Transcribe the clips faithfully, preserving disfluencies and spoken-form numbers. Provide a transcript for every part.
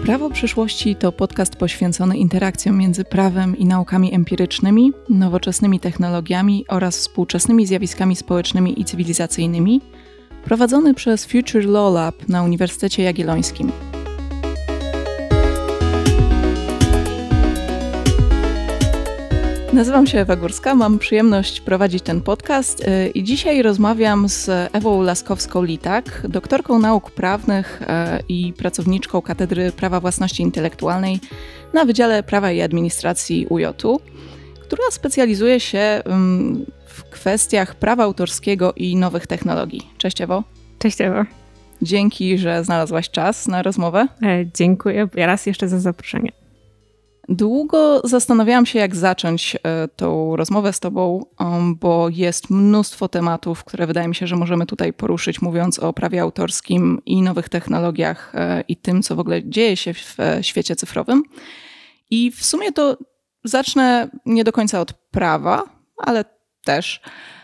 Prawo przyszłości to podcast poświęcony interakcjom między prawem i naukami empirycznymi, nowoczesnymi technologiami oraz współczesnymi zjawiskami społecznymi i cywilizacyjnymi, prowadzony przez Future Law Lab na Uniwersytecie Jagiellońskim. Nazywam się Ewa Górska, mam przyjemność prowadzić ten podcast i dzisiaj rozmawiam z Ewą Laskowską-Litak, doktorką nauk prawnych i pracowniczką Katedry Prawa Własności Intelektualnej na Wydziale Prawa i Administracji U J u, która specjalizuje się w kwestiach prawa autorskiego i nowych technologii. Cześć Ewo. Cześć Ewo. Dzięki, że znalazłaś czas na rozmowę. E, dziękuję raz jeszcze za zaproszenie. Długo zastanawiałam się, jak zacząć tą rozmowę z tobą, bo jest mnóstwo tematów, które wydaje mi się, że możemy tutaj poruszyć, mówiąc o prawie autorskim i nowych technologiach i tym, co w ogóle dzieje się w świecie cyfrowym. I w sumie to zacznę nie do końca od prawa, ale też,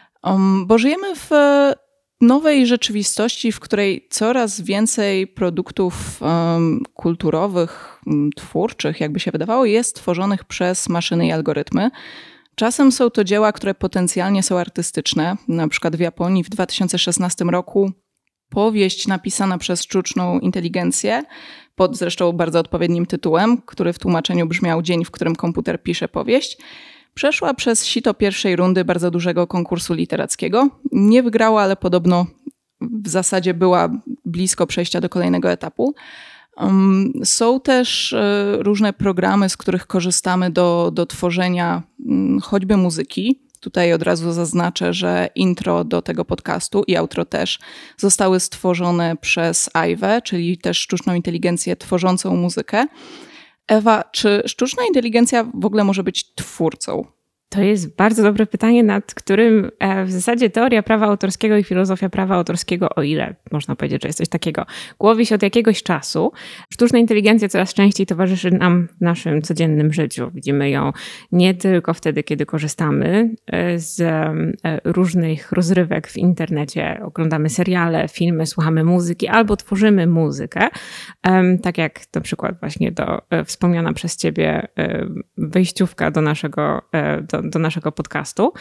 bo żyjemy w nowej rzeczywistości, w której coraz więcej produktów um, kulturowych, um, twórczych, jakby się wydawało, jest tworzonych przez maszyny i algorytmy. Czasem są to dzieła, które potencjalnie są artystyczne. Na przykład w Japonii w dwa tysiące szesnastym roku powieść napisana przez sztuczną inteligencję, pod zresztą bardzo odpowiednim tytułem, który w tłumaczeniu brzmiał Dzień, w którym komputer pisze powieść, przeszła przez sito pierwszej rundy bardzo dużego konkursu literackiego. Nie wygrała, ale podobno w zasadzie była blisko przejścia do kolejnego etapu. Um, są też y, różne programy, z których korzystamy do, do tworzenia y, choćby muzyki. Tutaj od razu zaznaczę, że intro do tego podcastu i outro też zostały stworzone przez Aiwę, czyli też sztuczną inteligencję tworzącą muzykę. Ewa, czy sztuczna inteligencja w ogóle może być twórcą? To jest bardzo dobre pytanie, nad którym w zasadzie teoria prawa autorskiego i filozofia prawa autorskiego, o ile można powiedzieć, że jest coś takiego, głowi się od jakiegoś czasu. Sztuczna inteligencja coraz częściej towarzyszy nam w naszym codziennym życiu. Widzimy ją nie tylko wtedy, kiedy korzystamy z różnych rozrywek w internecie, oglądamy seriale, filmy, słuchamy muzyki albo tworzymy muzykę, tak jak na przykład właśnie do wspomniana przez ciebie wejściówka do naszego do do naszego podcastu,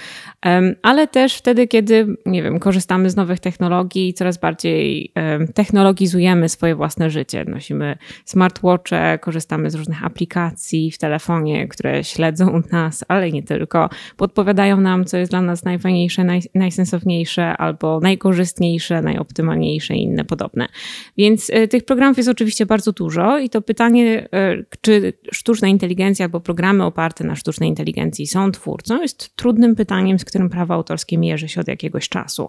ale też wtedy, kiedy, nie wiem, korzystamy z nowych technologii i coraz bardziej technologizujemy swoje własne życie. Nosimy smartwatche, korzystamy z różnych aplikacji w telefonie, które śledzą nas, ale nie tylko. Podpowiadają nam, co jest dla nas najfajniejsze, naj, najsensowniejsze albo najkorzystniejsze, najoptymalniejsze i inne podobne. Więc tych programów jest oczywiście bardzo dużo i to pytanie, czy sztuczna inteligencja albo programy oparte na sztucznej inteligencji są twórcą, jest trudnym pytaniem, z którym prawo autorskie mierzy się od jakiegoś czasu.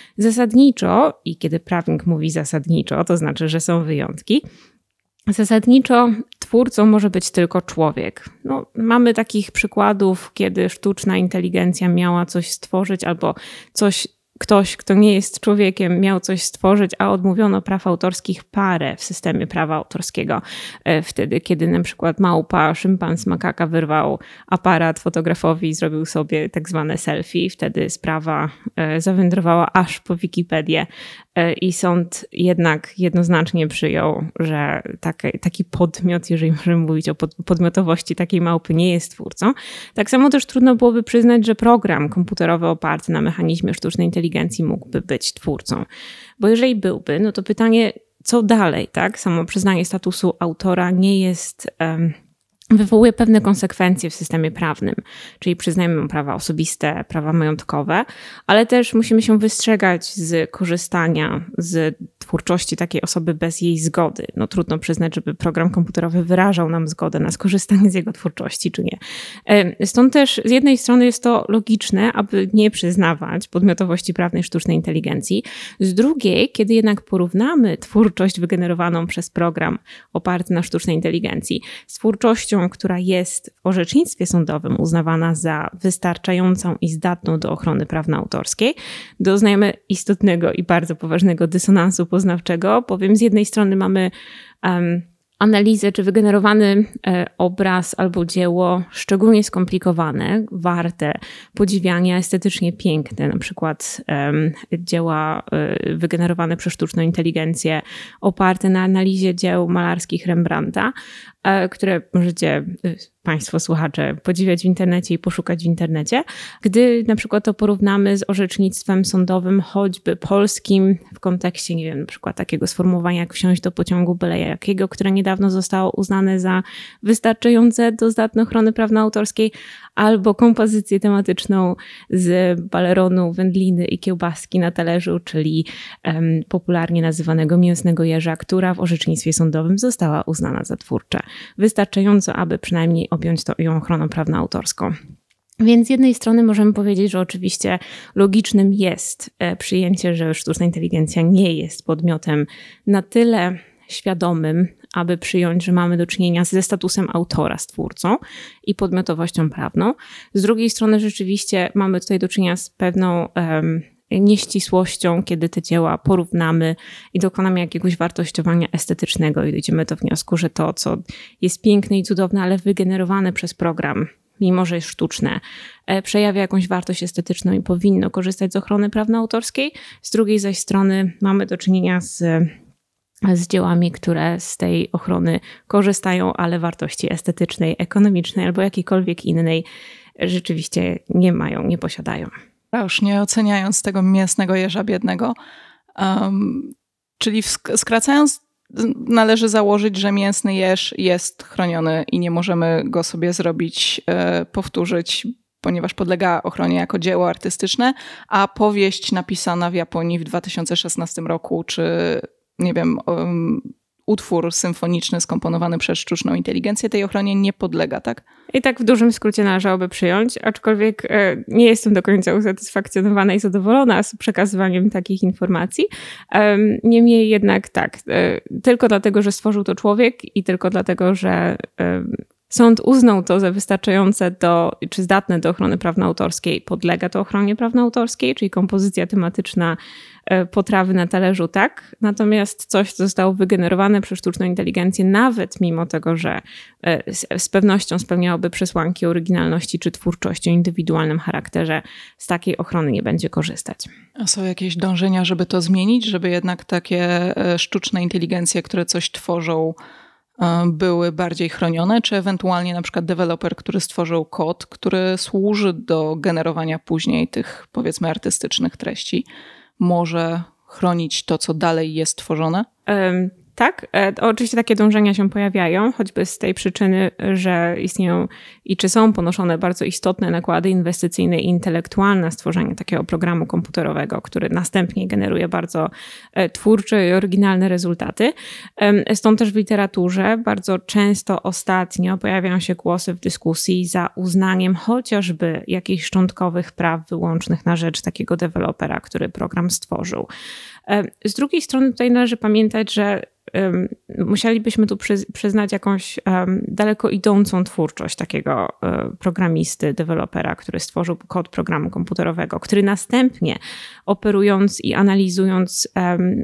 Zasadniczo, i kiedy prawnik mówi zasadniczo, to znaczy, że są wyjątki, zasadniczo twórcą może być tylko człowiek. No, mamy takich przykładów, kiedy sztuczna inteligencja miała coś stworzyć albo coś Ktoś, kto nie jest człowiekiem, miał coś stworzyć, a odmówiono praw autorskich parę w systemie prawa autorskiego. Wtedy, kiedy na przykład małpa, szympans, makaka wyrwał aparat fotografowi i zrobił sobie tak zwane selfie, wtedy sprawa zawędrowała aż po Wikipedię i sąd jednak jednoznacznie przyjął, że taki, taki podmiot, jeżeli możemy mówić o podmiotowości takiej małpy, nie jest twórcą. Tak samo też trudno byłoby przyznać, że program komputerowy oparty na mechanizmie sztucznej inteligencji mógłby być twórcą. Bo jeżeli byłby, no to pytanie, co dalej, tak? Samo przyznanie statusu autora nie jest... Um, wywołuje pewne konsekwencje w systemie prawnym, czyli przyznajemy mu prawa osobiste, prawa majątkowe, ale też musimy się wystrzegać z korzystania z twórczości takiej osoby bez jej zgody. No trudno przyznać, żeby program komputerowy wyrażał nam zgodę na skorzystanie z jego twórczości, czy nie. Stąd też z jednej strony jest to logiczne, aby nie przyznawać podmiotowości prawnej sztucznej inteligencji. Z drugiej, kiedy jednak porównamy twórczość wygenerowaną przez program oparty na sztucznej inteligencji z twórczością, która jest w orzecznictwie sądowym uznawana za wystarczającą i zdatną do ochrony prawna autorskiej, doznajemy istotnego i bardzo poważnego dysonansu poznawczego, bowiem z jednej strony mamy um, analizę, czy wygenerowany obraz albo dzieło szczególnie skomplikowane, warte podziwiania, estetycznie piękne, na przykład um, dzieła um, wygenerowane przez sztuczną inteligencję, oparte na analizie dzieł malarskich Rembrandta, um, które możecie Państwo słuchacze podziwiać w internecie i poszukać w internecie. Gdy na przykład to porównamy z orzecznictwem sądowym, choćby polskim, w kontekście, nie wiem, na przykład takiego sformułowania jak wsiąść do pociągu byle jakiego, które niedawno zostało uznane za wystarczające do zdatnej ochrony prawna autorskiej, albo kompozycję tematyczną z baleronu, wędliny i kiełbaski na talerzu, czyli um, popularnie nazywanego mięsnego jeża, która w orzecznictwie sądowym została uznana za twórcze. Wystarczająco, aby przynajmniej objąć to ją ochroną prawną autorską. Więc z jednej strony możemy powiedzieć, że oczywiście logicznym jest przyjęcie, że sztuczna inteligencja nie jest podmiotem na tyle świadomym, aby przyjąć, że mamy do czynienia ze statusem autora, z twórcą i podmiotowością prawną. Z drugiej strony rzeczywiście mamy tutaj do czynienia z pewną um, nieścisłością, kiedy te dzieła porównamy i dokonamy jakiegoś wartościowania estetycznego i dojdziemy do wniosku, że to, co jest piękne i cudowne, ale wygenerowane przez program, mimo że jest sztuczne, przejawia jakąś wartość estetyczną i powinno korzystać z ochrony prawno-autorskiej. Z drugiej zaś strony mamy do czynienia z, z dziełami, które z tej ochrony korzystają, ale wartości estetycznej, ekonomicznej albo jakiejkolwiek innej rzeczywiście nie mają, nie posiadają. A już nie oceniając tego mięsnego jeża biednego. Um, czyli sk- skracając, należy założyć, że mięsny jeż jest chroniony i nie możemy go sobie zrobić, e, powtórzyć, ponieważ podlega ochronie jako dzieło artystyczne, a powieść napisana w Japonii w dwa tysiące szesnastym roku, czy nie wiem, um, utwór symfoniczny skomponowany przez sztuczną inteligencję tej ochronie nie podlega, tak? I tak w dużym skrócie należałoby przyjąć, aczkolwiek e, nie jestem do końca usatysfakcjonowana i zadowolona z przekazywaniem takich informacji. E, niemniej jednak tak, e, tylko dlatego, że stworzył to człowiek i tylko dlatego, że e, sąd uznał to za wystarczające do, czy zdatne do ochrony prawno-autorskiej, podlega to ochronie prawno-autorskiej, czyli kompozycja tematyczna potrawy na talerzu, tak. Natomiast coś, co zostało wygenerowane przez sztuczną inteligencję, nawet mimo tego, że z pewnością spełniałoby przesłanki oryginalności czy twórczości o indywidualnym charakterze, z takiej ochrony nie będzie korzystać. A są jakieś dążenia, żeby to zmienić, żeby jednak takie sztuczne inteligencje, które coś tworzą, były bardziej chronione, czy ewentualnie na przykład deweloper, który stworzył kod, który służy do generowania później tych, powiedzmy, artystycznych treści, może chronić to, co dalej jest tworzone? Um, tak, e, oczywiście takie dążenia się pojawiają, choćby z tej przyczyny, że istnieją i czy są ponoszone bardzo istotne nakłady inwestycyjne i intelektualne na stworzenie takiego programu komputerowego, który następnie generuje bardzo e, twórcze i oryginalne rezultaty. E, stąd też w literaturze bardzo często ostatnio pojawiają się głosy w dyskusji za uznaniem chociażby jakichś szczątkowych praw wyłącznych na rzecz takiego dewelopera, który program stworzył. E, z drugiej strony tutaj należy pamiętać, że Um, musielibyśmy tu przyz- przyznać jakąś um, daleko idącą twórczość takiego um, programisty, dewelopera, który stworzył kod programu komputerowego, który następnie operując i analizując um,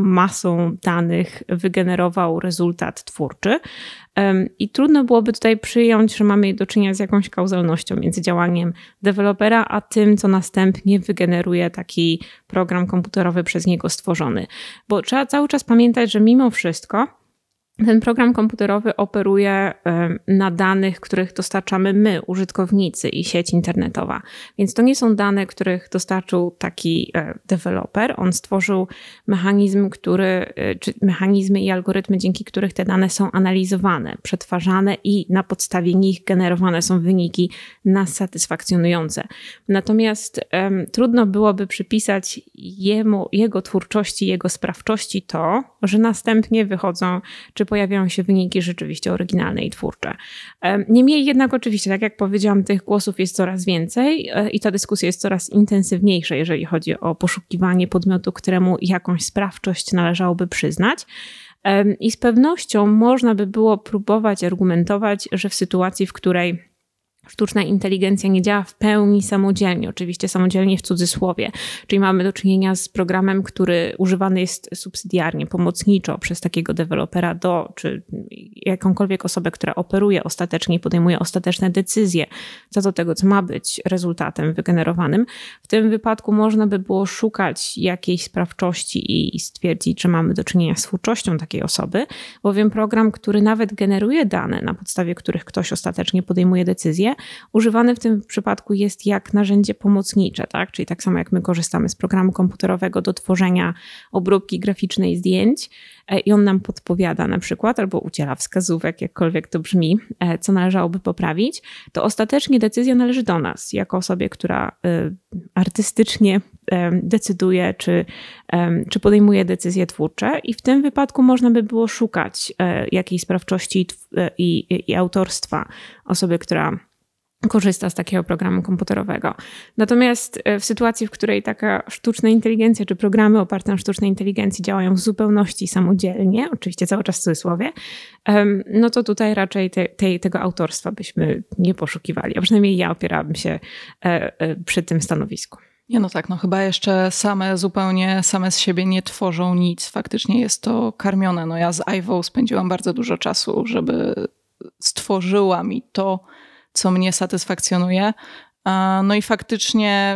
masą danych wygenerował rezultat twórczy. Um, I trudno byłoby tutaj przyjąć, że mamy do czynienia z jakąś kauzalnością między działaniem dewelopera, a tym, co następnie wygeneruje taki program komputerowy przez niego stworzony. Bo trzeba cały czas pamiętać, że mimo wszystko ten program komputerowy operuje na danych, których dostarczamy my, użytkownicy i sieć internetowa. Więc to nie są dane, których dostarczył taki deweloper. On stworzył mechanizm, który, czy mechanizmy i algorytmy, dzięki których te dane są analizowane, przetwarzane i na podstawie nich generowane są wyniki nas satysfakcjonujące. Natomiast um, trudno byłoby przypisać jemu, jego twórczości, jego sprawczości to, że następnie wychodzą, czy pojawiają się wyniki rzeczywiście oryginalne i twórcze. Niemniej jednak oczywiście, tak jak powiedziałam, tych głosów jest coraz więcej i ta dyskusja jest coraz intensywniejsza, jeżeli chodzi o poszukiwanie podmiotu, któremu jakąś sprawczość należałoby przyznać. I z pewnością można by było próbować argumentować, że w sytuacji, w której sztuczna inteligencja nie działa w pełni samodzielnie, oczywiście samodzielnie w cudzysłowie, czyli mamy do czynienia z programem, który używany jest subsydiarnie, pomocniczo przez takiego dewelopera do, czy jakąkolwiek osobę, która operuje ostatecznie i podejmuje ostateczne decyzje co do tego, co ma być rezultatem wygenerowanym. W tym wypadku można by było szukać jakiejś sprawczości i stwierdzić, że mamy do czynienia z twórczością takiej osoby, bowiem program, który nawet generuje dane, na podstawie których ktoś ostatecznie podejmuje decyzję, używany w tym przypadku jest jak narzędzie pomocnicze, tak? Czyli tak samo jak my korzystamy z programu komputerowego do tworzenia obróbki graficznej zdjęć i on nam podpowiada na przykład albo udziela wskazówek, jakkolwiek to brzmi, co należałoby poprawić, to ostatecznie decyzja należy do nas, jako osobie, która artystycznie decyduje, czy, czy podejmuje decyzje twórcze i w tym wypadku można by było szukać jakiejś sprawczości i, i, i autorstwa osoby, która korzysta z takiego programu komputerowego. Natomiast w sytuacji, w której taka sztuczna inteligencja, czy programy oparte na sztucznej inteligencji działają w zupełności samodzielnie, oczywiście cały czas w cudzysłowie, no to tutaj raczej te, te, tego autorstwa byśmy nie poszukiwali, a przynajmniej ja opierałabym się przy tym stanowisku. Nie, no tak, no chyba jeszcze same zupełnie, same z siebie nie tworzą nic. Faktycznie jest to karmione. No ja z Ivo spędziłam bardzo dużo czasu, żeby stworzyła mi to, co mnie satysfakcjonuje. No i faktycznie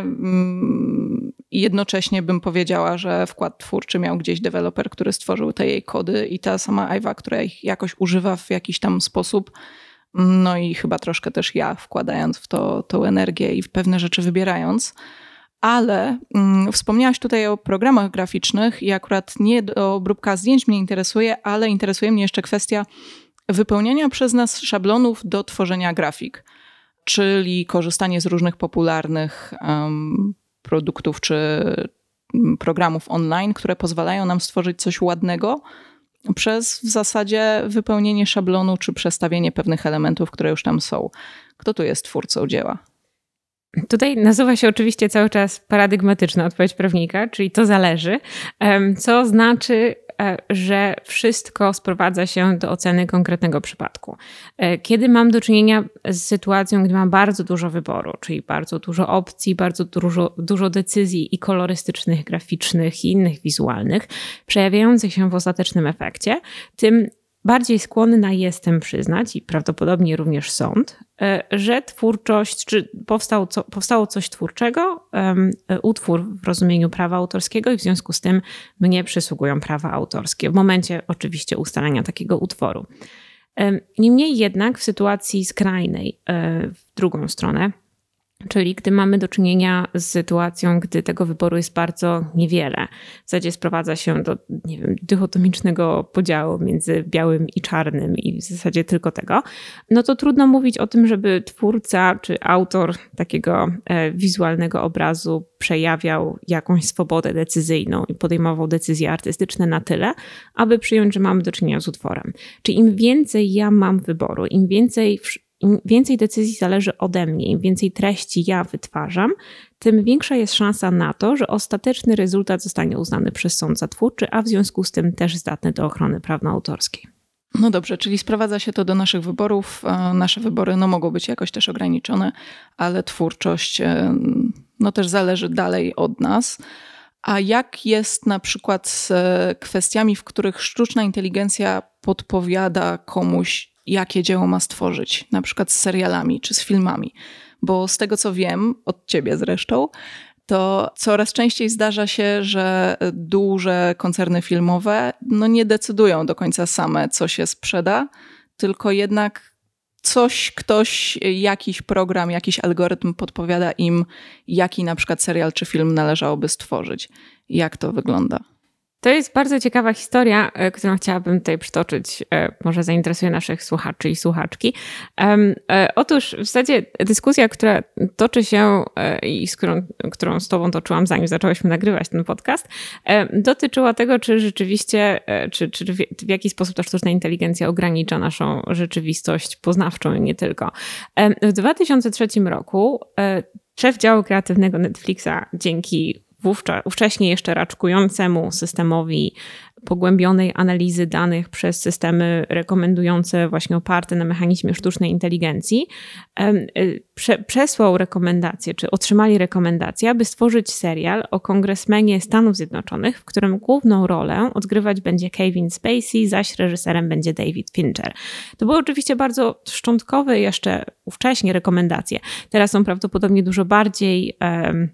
jednocześnie bym powiedziała, że wkład twórczy miał gdzieś deweloper, który stworzył te jej kody i ta sama Iva, która ich jakoś używa w jakiś tam sposób. No i chyba troszkę też ja, wkładając w to tą energię i w pewne rzeczy wybierając. Ale mm, wspomniałaś tutaj o programach graficznych i akurat nie obróbka zdjęć mnie interesuje, ale interesuje mnie jeszcze kwestia wypełniania przez nas szablonów do tworzenia grafik, czyli korzystanie z różnych popularnych um, produktów czy programów online, które pozwalają nam stworzyć coś ładnego przez w zasadzie wypełnienie szablonu czy przestawienie pewnych elementów, które już tam są. Kto tu jest twórcą dzieła? Tutaj nasuwa się oczywiście cały czas paradygmatyczna odpowiedź prawnika, czyli to zależy, co znaczy, że wszystko sprowadza się do oceny konkretnego przypadku. Kiedy mam do czynienia z sytuacją, gdy mam bardzo dużo wyboru, czyli bardzo dużo opcji, bardzo dużo, dużo decyzji i kolorystycznych, graficznych i innych wizualnych, przejawiających się w ostatecznym efekcie, tym bardziej skłonna jestem przyznać, i prawdopodobnie również sąd, że twórczość, czy powstało, co, powstało coś twórczego, um, utwór w rozumieniu prawa autorskiego i w związku z tym mnie przysługują prawa autorskie w momencie oczywiście ustalenia takiego utworu. Um, niemniej jednak w sytuacji skrajnej um, w drugą stronę, czyli gdy mamy do czynienia z sytuacją, gdy tego wyboru jest bardzo niewiele, w zasadzie sprowadza się do, nie wiem, dychotomicznego podziału między białym i czarnym i w zasadzie tylko tego, no to trudno mówić o tym, żeby twórca czy autor takiego e, wizualnego obrazu przejawiał jakąś swobodę decyzyjną i podejmował decyzje artystyczne na tyle, aby przyjąć, że mamy do czynienia z utworem. Czyli im więcej ja mam wyboru, im więcej Im więcej decyzji zależy ode mnie, im więcej treści ja wytwarzam, tym większa jest szansa na to, że ostateczny rezultat zostanie uznany przez sąd za twórczy, a w związku z tym też zdatny do ochrony prawno-autorskiej. No dobrze, czyli sprowadza się to do naszych wyborów. Nasze wybory no, mogą być jakoś też ograniczone, ale twórczość no, też zależy dalej od nas. A jak jest na przykład z kwestiami, w których sztuczna inteligencja podpowiada komuś, jakie dzieło ma stworzyć, na przykład z serialami czy z filmami? Bo z tego co wiem, od ciebie zresztą, to coraz częściej zdarza się, że duże koncerny filmowe no nie decydują do końca same, co się sprzeda, tylko jednak coś, ktoś, jakiś program, jakiś algorytm podpowiada im, jaki na przykład serial czy film należałoby stworzyć. Jak to wygląda? To jest bardzo ciekawa historia, którą chciałabym tutaj przytoczyć. Może zainteresuje naszych słuchaczy i słuchaczki. Otóż w zasadzie dyskusja, która toczy się i z którą, którą z tobą toczyłam, zanim zaczęłyśmy nagrywać ten podcast, dotyczyła tego, czy rzeczywiście, czy, czy w jaki sposób ta sztuczna inteligencja ogranicza naszą rzeczywistość poznawczą i nie tylko. W dwa tysiące trzecim roku szef działu kreatywnego Netflixa dzięki wówczas, wcześniej jeszcze raczkującemu systemowi pogłębionej analizy danych przez systemy rekomendujące właśnie oparte na mechanizmie sztucznej inteligencji, prze, przesłał rekomendację, czy otrzymali rekomendację, aby stworzyć serial o kongresmenie Stanów Zjednoczonych, w którym główną rolę odgrywać będzie Kevin Spacey, zaś reżyserem będzie David Fincher. To były oczywiście bardzo szczątkowe jeszcze ówcześnie rekomendacje. Teraz są prawdopodobnie dużo bardziej um,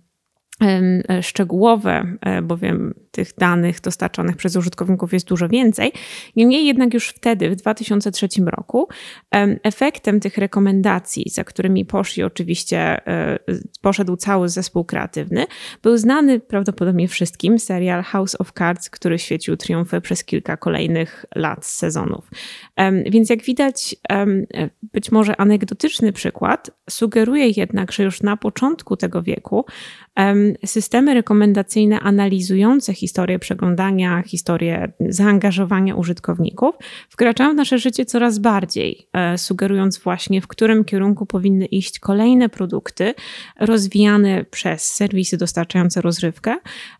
szczegółowe, bowiem tych danych dostarczanych przez użytkowników jest dużo więcej. Niemniej jednak już wtedy, w dwa tysiące trzecim roku, efektem tych rekomendacji, za którymi poszli oczywiście, poszedł cały zespół kreatywny, był znany prawdopodobnie wszystkim serial House of Cards, który świecił triumfy przez kilka kolejnych lat, sezonów. Więc jak widać, być może anegdotyczny przykład sugeruje jednak, że już na początku tego wieku systemy rekomendacyjne analizujące historię przeglądania, historię zaangażowania użytkowników wkraczają w nasze życie coraz bardziej, sugerując właśnie, w którym kierunku powinny iść kolejne produkty rozwijane przez serwisy dostarczające rozrywkę,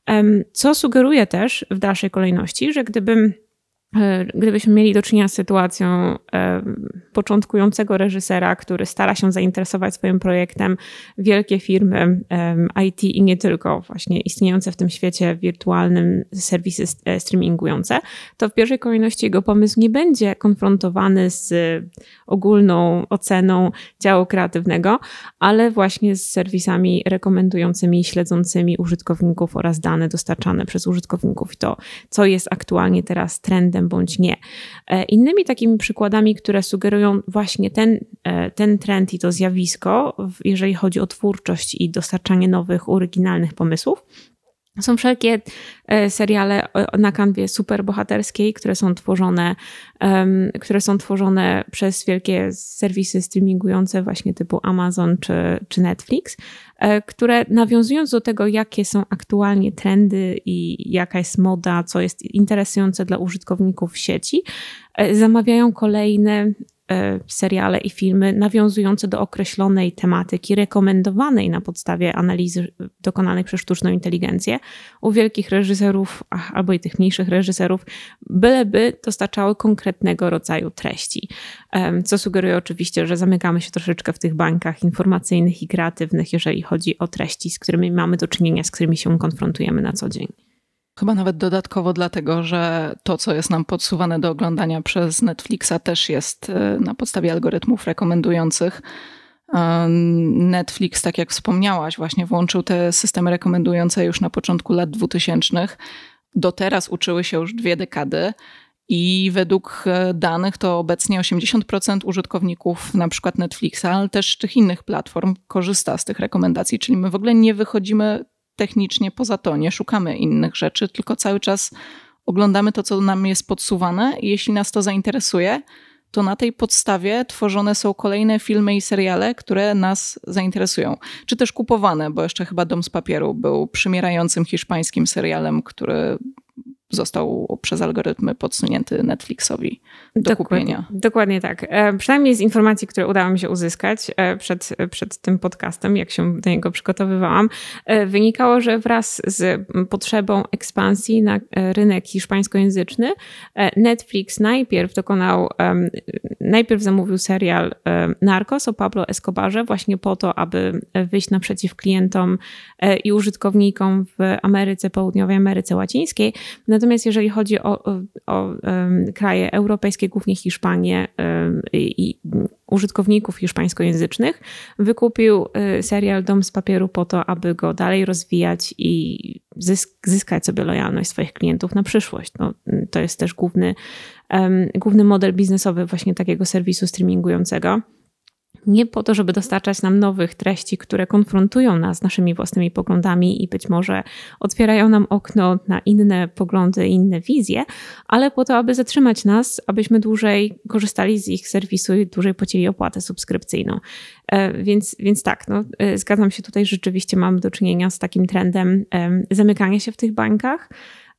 co sugeruje też w dalszej kolejności, że gdybym Gdybyśmy mieli do czynienia z sytuacją e, początkującego reżysera, który stara się zainteresować swoim projektem wielkie firmy e, I T i nie tylko, właśnie istniejące w tym świecie wirtualnym serwisy e, streamingujące, to w pierwszej kolejności jego pomysł nie będzie konfrontowany z ogólną oceną działu kreatywnego, ale właśnie z serwisami rekomendującymi i śledzącymi użytkowników oraz dane dostarczane przez użytkowników i to, co jest aktualnie teraz trendem bądź nie. Innymi takimi przykładami, które sugerują właśnie ten, ten trend i to zjawisko, jeżeli chodzi o twórczość i dostarczanie nowych, oryginalnych pomysłów, są wszelkie seriale na kanwie superbohaterskiej, które są tworzone, um, które są tworzone przez wielkie serwisy streamingujące właśnie typu Amazon czy, czy Netflix, które nawiązując do tego, jakie są aktualnie trendy i jaka jest moda, co jest interesujące dla użytkowników sieci, zamawiają kolejne seriale i filmy nawiązujące do określonej tematyki, rekomendowanej na podstawie analizy dokonanej przez sztuczną inteligencję u wielkich reżyserów albo i tych mniejszych reżyserów, byleby dostarczały konkretnego rodzaju treści. Co sugeruje oczywiście, że zamykamy się troszeczkę w tych bańkach informacyjnych i kreatywnych, jeżeli chodzi o treści, z którymi mamy do czynienia, z którymi się konfrontujemy na co dzień. Chyba nawet dodatkowo dlatego, że to, co jest nam podsuwane do oglądania przez Netflixa, też jest na podstawie algorytmów rekomendujących. Netflix, tak jak wspomniałaś, właśnie włączył te systemy rekomendujące już na początku lat dwutysięcznych. Do teraz uczyły się już dwie dekady i według danych to obecnie osiemdziesiąt procent użytkowników na przykład Netflixa, ale też tych innych platform korzysta z tych rekomendacji, czyli my w ogóle nie wychodzimy technicznie poza to, nie szukamy innych rzeczy, tylko cały czas oglądamy to, co nam jest podsuwane i jeśli nas to zainteresuje, to na tej podstawie tworzone są kolejne filmy i seriale, które nas zainteresują. Czy też kupowane, bo jeszcze chyba Dom z papieru był przymierającym hiszpańskim serialem, który został przez algorytmy podsunięty Netflixowi do dokładnie, kupienia. Dokładnie tak. E, przynajmniej z informacji, które udało mi się uzyskać e, przed, przed tym podcastem, jak się do niego przygotowywałam, e, wynikało, że wraz z potrzebą ekspansji na e, rynek hiszpańskojęzyczny e, Netflix najpierw dokonał, e, najpierw zamówił serial e, Narcos o Pablo Escobarze właśnie po to, aby wyjść naprzeciw klientom e, i użytkownikom w Ameryce Południowej, Ameryce Łacińskiej. Natomiast jeżeli chodzi o, o, o um, kraje europejskie, głównie Hiszpanię um, i użytkowników hiszpańskojęzycznych, wykupił y, serial Dom z papieru po to, aby go dalej rozwijać i zysk, zyskać sobie lojalność swoich klientów na przyszłość. No, to jest też główny, um, główny model biznesowy właśnie takiego serwisu streamingującego. Nie po to, żeby dostarczać nam nowych treści, które konfrontują nas z naszymi własnymi poglądami i być może otwierają nam okno na inne poglądy, inne wizje, ale po to, aby zatrzymać nas, abyśmy dłużej korzystali z ich serwisu i dłużej płacili opłatę subskrypcyjną. Więc, więc tak, no, zgadzam się tutaj, rzeczywiście mamy do czynienia z takim trendem zamykania się w tych bańkach.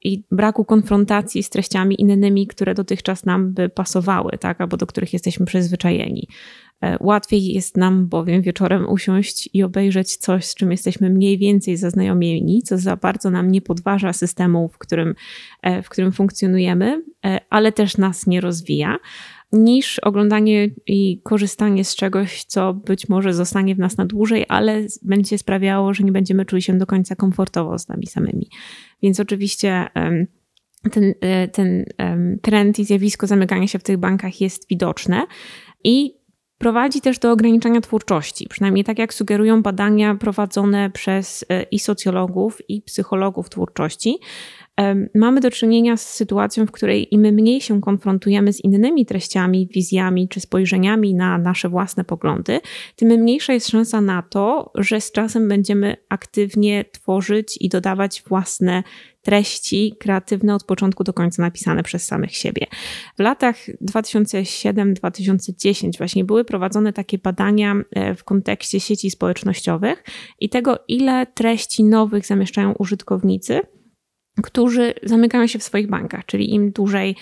i braku konfrontacji z treściami innymi, które dotychczas nam by pasowały, tak? Albo do których jesteśmy przyzwyczajeni. Łatwiej jest nam bowiem wieczorem usiąść i obejrzeć coś, z czym jesteśmy mniej więcej zaznajomieni, co za bardzo nam nie podważa systemu, w którym, w którym funkcjonujemy, ale też nas nie rozwija, niż oglądanie i korzystanie z czegoś, co być może zostanie w nas na dłużej, ale będzie sprawiało, że nie będziemy czuli się do końca komfortowo z nami samymi. Więc oczywiście ten, ten trend i zjawisko zamykania się w tych bankach jest widoczne i prowadzi też do ograniczania twórczości, przynajmniej tak jak sugerują badania prowadzone przez i socjologów, i psychologów twórczości. Mamy do czynienia z sytuacją, w której im mniej się konfrontujemy z innymi treściami, wizjami czy spojrzeniami na nasze własne poglądy, tym mniejsza jest szansa na to, że z czasem będziemy aktywnie tworzyć i dodawać własne treści kreatywne od początku do końca napisane przez samych siebie. W latach dwa tysiące siódmy do dwa tysiące dziesiątego właśnie były prowadzone takie badania w kontekście sieci społecznościowych i tego, ile treści nowych zamieszczają użytkownicy, którzy zamykają się w swoich bankach, czyli im dłużej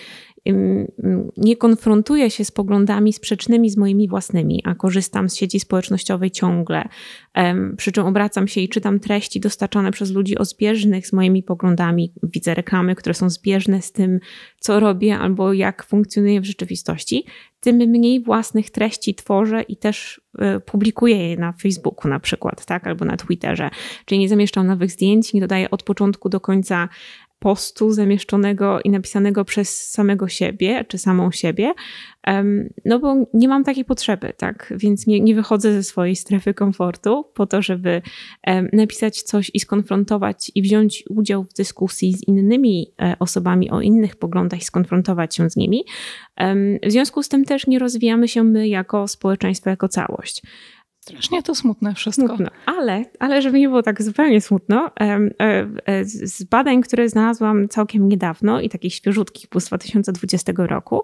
nie konfrontuję się z poglądami sprzecznymi z moimi własnymi, a korzystam z sieci społecznościowej ciągle, przy czym obracam się i czytam treści dostarczane przez ludzi o zbieżnych z moimi poglądami, widzę reklamy, które są zbieżne z tym, co robię albo jak funkcjonuję w rzeczywistości, tym mniej własnych treści tworzę i też publikuję je na Facebooku na przykład, tak, albo na Twitterze. Czyli nie zamieszczam nowych zdjęć, nie dodaję od początku do końca postu zamieszczonego i napisanego przez samego siebie, czy samą siebie, no bo nie mam takiej potrzeby, tak, więc nie, nie wychodzę ze swojej strefy komfortu po to, żeby napisać coś i skonfrontować i wziąć udział w dyskusji z innymi osobami o innych poglądach i skonfrontować się z nimi. W związku z tym też nie rozwijamy się my jako społeczeństwo, jako całość. Strasznie to smutne wszystko. Smutno, ale, ale żeby nie było tak zupełnie smutno, z badań, które znalazłam całkiem niedawno i takich świeżutkich, z dwa tysiące dwudziestego roku,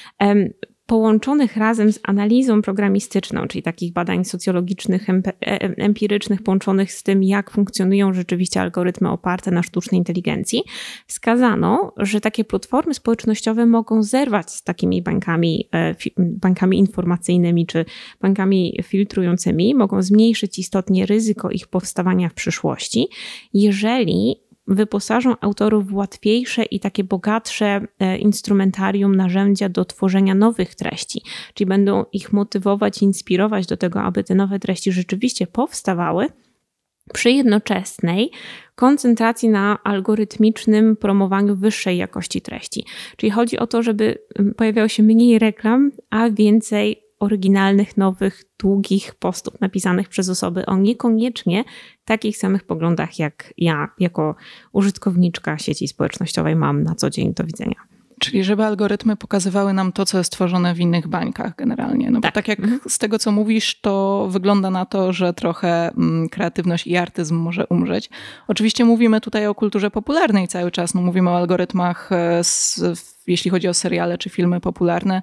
połączonych razem z analizą programistyczną, czyli takich badań socjologicznych, empirycznych, połączonych z tym, jak funkcjonują rzeczywiście algorytmy oparte na sztucznej inteligencji, wskazano, że takie platformy społecznościowe mogą zerwać z takimi bankami, bankami informacyjnymi czy bankami filtrującymi, mogą zmniejszyć istotnie ryzyko ich powstawania w przyszłości, jeżeli wyposażą autorów w łatwiejsze i takie bogatsze instrumentarium, narzędzia do tworzenia nowych treści, czyli będą ich motywować, inspirować do tego, aby te nowe treści rzeczywiście powstawały przy jednoczesnej koncentracji na algorytmicznym promowaniu wyższej jakości treści. Czyli chodzi o to, żeby pojawiało się mniej reklam, a więcej oryginalnych, nowych, długich postów napisanych przez osoby o niekoniecznie takich samych poglądach, jak ja jako użytkowniczka sieci społecznościowej mam na co dzień do widzenia. Czyli żeby algorytmy pokazywały nam to, co jest tworzone w innych bańkach generalnie. No tak. Bo tak jak mhm. z tego, co mówisz, to wygląda na to, że trochę mm, kreatywność i artyzm może umrzeć. Oczywiście mówimy tutaj o kulturze popularnej cały czas. No, mówimy o algorytmach, z, jeśli chodzi o seriale czy filmy popularne.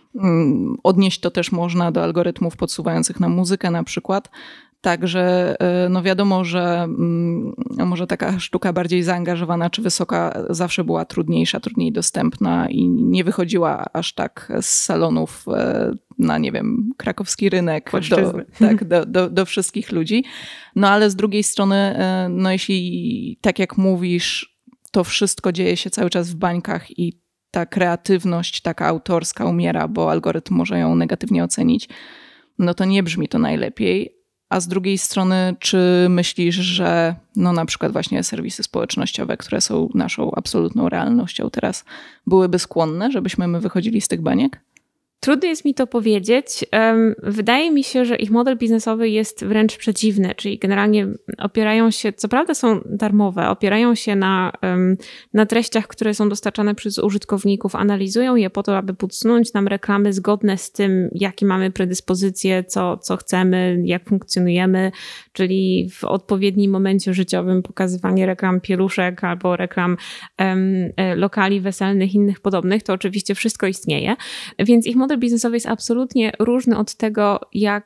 Odnieść to też można do algorytmów podsuwających nam muzykę na przykład. Także no wiadomo, że może taka sztuka bardziej zaangażowana czy wysoka zawsze była trudniejsza, trudniej dostępna i nie wychodziła aż tak z salonów na, nie wiem, krakowski rynek do, tak, do, do, do wszystkich ludzi. No ale z drugiej strony, no jeśli tak jak mówisz, to wszystko dzieje się cały czas w bańkach i ta kreatywność taka autorska umiera, bo algorytm może ją negatywnie ocenić, no to nie brzmi to najlepiej. A z drugiej strony, czy myślisz, że no na przykład właśnie serwisy społecznościowe, które są naszą absolutną realnością teraz, byłyby skłonne, żebyśmy my wychodzili z tych baniek? Trudno jest mi to powiedzieć. Wydaje mi się, że ich model biznesowy jest wręcz przeciwny, czyli generalnie opierają się, co prawda są darmowe, opierają się na, na treściach, które są dostarczane przez użytkowników, analizują je po to, aby podsunąć nam reklamy zgodne z tym, jakie mamy predyspozycje, co, co chcemy, jak funkcjonujemy, czyli w odpowiednim momencie życiowym pokazywanie reklam pieluszek albo reklam um, lokali weselnych, innych podobnych, to oczywiście wszystko istnieje, więc ich model biznesowy jest absolutnie różny od tego, jak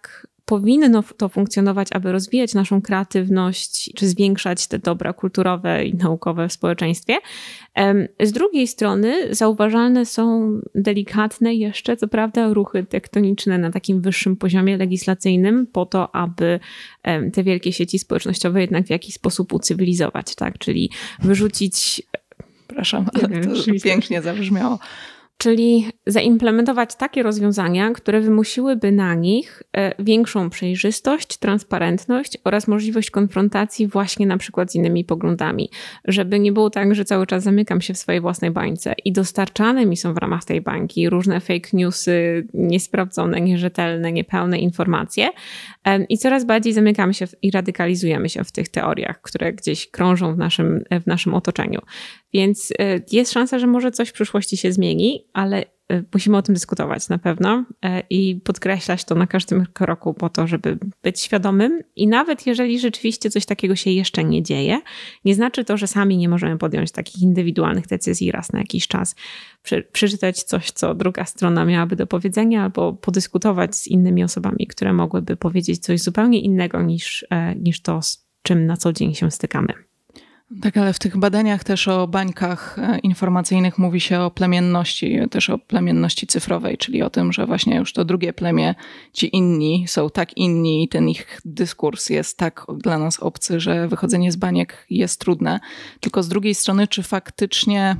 powinno to funkcjonować, aby rozwijać naszą kreatywność, czy zwiększać te dobra kulturowe i naukowe w społeczeństwie. Z drugiej strony zauważalne są delikatne jeszcze, co prawda, ruchy tektoniczne na takim wyższym poziomie legislacyjnym po to, aby te wielkie sieci społecznościowe jednak w jakiś sposób ucywilizować, tak? Czyli wyrzucić... Przepraszam, ale to pięknie zabrzmiało. Czyli zaimplementować takie rozwiązania, które wymusiłyby na nich większą przejrzystość, transparentność oraz możliwość konfrontacji właśnie na przykład z innymi poglądami. Żeby nie było tak, że cały czas zamykam się w swojej własnej bańce i dostarczane mi są w ramach tej bańki różne fake newsy, niesprawdzone, nierzetelne, niepełne informacje i coraz bardziej zamykamy się i radykalizujemy się w tych teoriach, które gdzieś krążą w naszym, w naszym otoczeniu. Więc jest szansa, że może coś w przyszłości się zmieni, ale musimy o tym dyskutować na pewno i podkreślać to na każdym kroku po to, żeby być świadomym. I nawet jeżeli rzeczywiście coś takiego się jeszcze nie dzieje, nie znaczy to, że sami nie możemy podjąć takich indywidualnych decyzji raz na jakiś czas. Przeczytać coś, co druga strona miałaby do powiedzenia, albo podyskutować z innymi osobami, które mogłyby powiedzieć coś zupełnie innego niż, niż to, z czym na co dzień się stykamy. Tak, ale w tych badaniach też o bańkach informacyjnych mówi się o plemienności, też o plemienności cyfrowej, czyli o tym, że właśnie już to drugie plemię, ci inni są tak inni i ten ich dyskurs jest tak dla nas obcy, że wychodzenie z baniek jest trudne. Tylko z drugiej strony, czy faktycznie...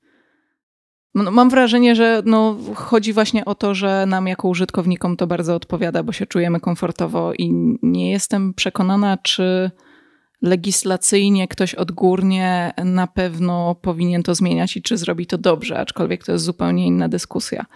No, mam wrażenie, że no, chodzi właśnie o to, że nam jako użytkownikom to bardzo odpowiada, bo się czujemy komfortowo i nie jestem przekonana, czy... legislacyjnie ktoś odgórnie na pewno powinien to zmieniać i czy zrobi to dobrze, aczkolwiek to jest zupełnie inna dyskusja.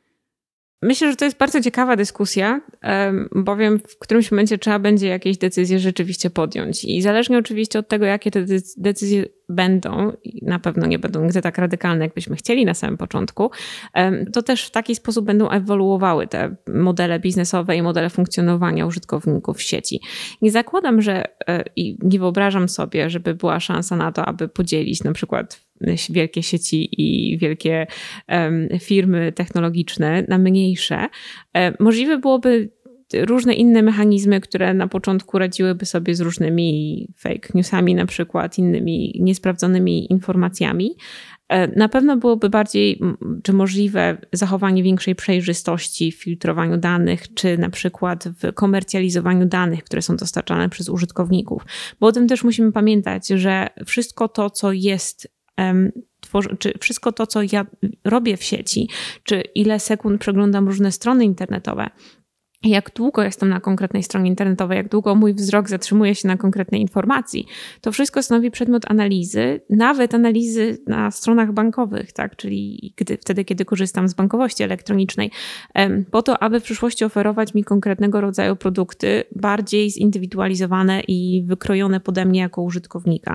Myślę, że to jest bardzo ciekawa dyskusja, bowiem w którymś momencie trzeba będzie jakieś decyzje rzeczywiście podjąć. I zależnie oczywiście od tego, jakie te decyzje będą, i na pewno nie będą nigdy tak radykalne, jakbyśmy chcieli na samym początku, to też w taki sposób będą ewoluowały te modele biznesowe i modele funkcjonowania użytkowników sieci. Nie zakładam, że i nie wyobrażam sobie, żeby była szansa na to, aby podzielić na przykład wielkie sieci i wielkie um, firmy technologiczne na mniejsze. E, możliwe byłoby różne inne mechanizmy, które na początku radziłyby sobie z różnymi fake newsami, na przykład innymi niesprawdzonymi informacjami. E, na pewno byłoby bardziej, czy możliwe zachowanie większej przejrzystości w filtrowaniu danych, czy na przykład w komercjalizowaniu danych, które są dostarczane przez użytkowników. Bo o tym też musimy pamiętać, że wszystko to, co jest Tworzy, czy wszystko to, co ja robię w sieci, czy ile sekund przeglądam różne strony internetowe, jak długo jestem na konkretnej stronie internetowej, jak długo mój wzrok zatrzymuje się na konkretnej informacji, to wszystko stanowi przedmiot analizy, nawet analizy na stronach bankowych, tak? Czyli gdy, wtedy, kiedy korzystam z bankowości elektronicznej, po to, aby w przyszłości oferować mi konkretnego rodzaju produkty, bardziej zindywidualizowane i wykrojone pode mnie jako użytkownika.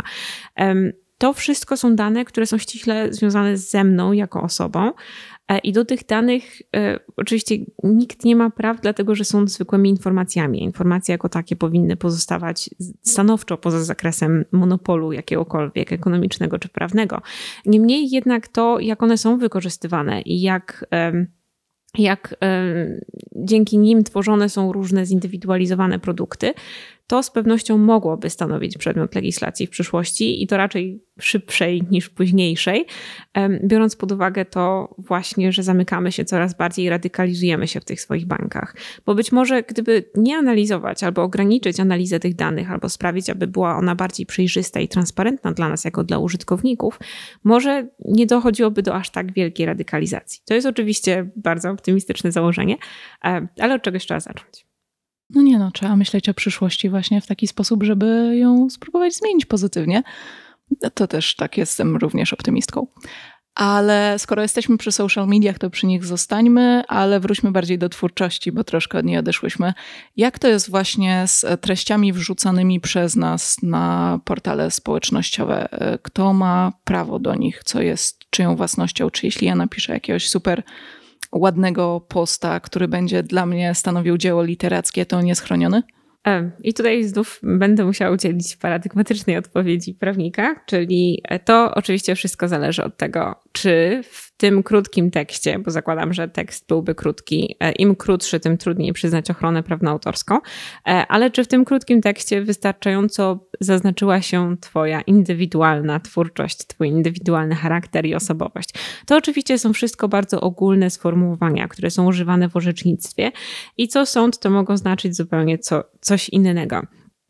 To wszystko są dane, które są ściśle związane ze mną jako osobą i do tych danych e, oczywiście nikt nie ma praw, dlatego że są zwykłymi informacjami. Informacje jako takie powinny pozostawać stanowczo poza zakresem monopolu jakiegokolwiek ekonomicznego czy prawnego. Niemniej jednak to, jak one są wykorzystywane i jak... E, jak y, dzięki nim tworzone są różne zindywidualizowane produkty, to z pewnością mogłoby stanowić przedmiot legislacji w przyszłości i to raczej szybszej niż późniejszej, biorąc pod uwagę to właśnie, że zamykamy się coraz bardziej i radykalizujemy się w tych swoich bankach. Bo być może gdyby nie analizować albo ograniczyć analizę tych danych, albo sprawić, aby była ona bardziej przejrzysta i transparentna dla nas jako dla użytkowników, może nie dochodziłoby do aż tak wielkiej radykalizacji. To jest oczywiście bardzo optymistyczne założenie, ale od czegoś trzeba zacząć. No nie no, trzeba myśleć o przyszłości właśnie w taki sposób, żeby ją spróbować zmienić pozytywnie. To też tak, jestem również optymistką. Ale skoro jesteśmy przy social mediach, to przy nich zostańmy, ale wróćmy bardziej do twórczości, bo troszkę od niej odeszłyśmy. Jak to jest właśnie z treściami wrzucanymi przez nas na portale społecznościowe? Kto ma prawo do nich? Co jest czyją własnością? Czy jeśli ja napiszę jakiegoś super ładnego posta, który będzie dla mnie stanowił dzieło literackie, to on jest chroniony? I tutaj znów będę musiała udzielić paradygmatycznej odpowiedzi prawnika, czyli to oczywiście wszystko zależy od tego, czy w tym krótkim tekście, bo zakładam, że tekst byłby krótki, im krótszy, tym trudniej przyznać ochronę prawno-autorską, ale czy w tym krótkim tekście wystarczająco zaznaczyła się twoja indywidualna twórczość, twój indywidualny charakter i osobowość. To oczywiście są wszystko bardzo ogólne sformułowania, które są używane w orzecznictwie i co sąd, to mogą znaczyć zupełnie co, coś innego.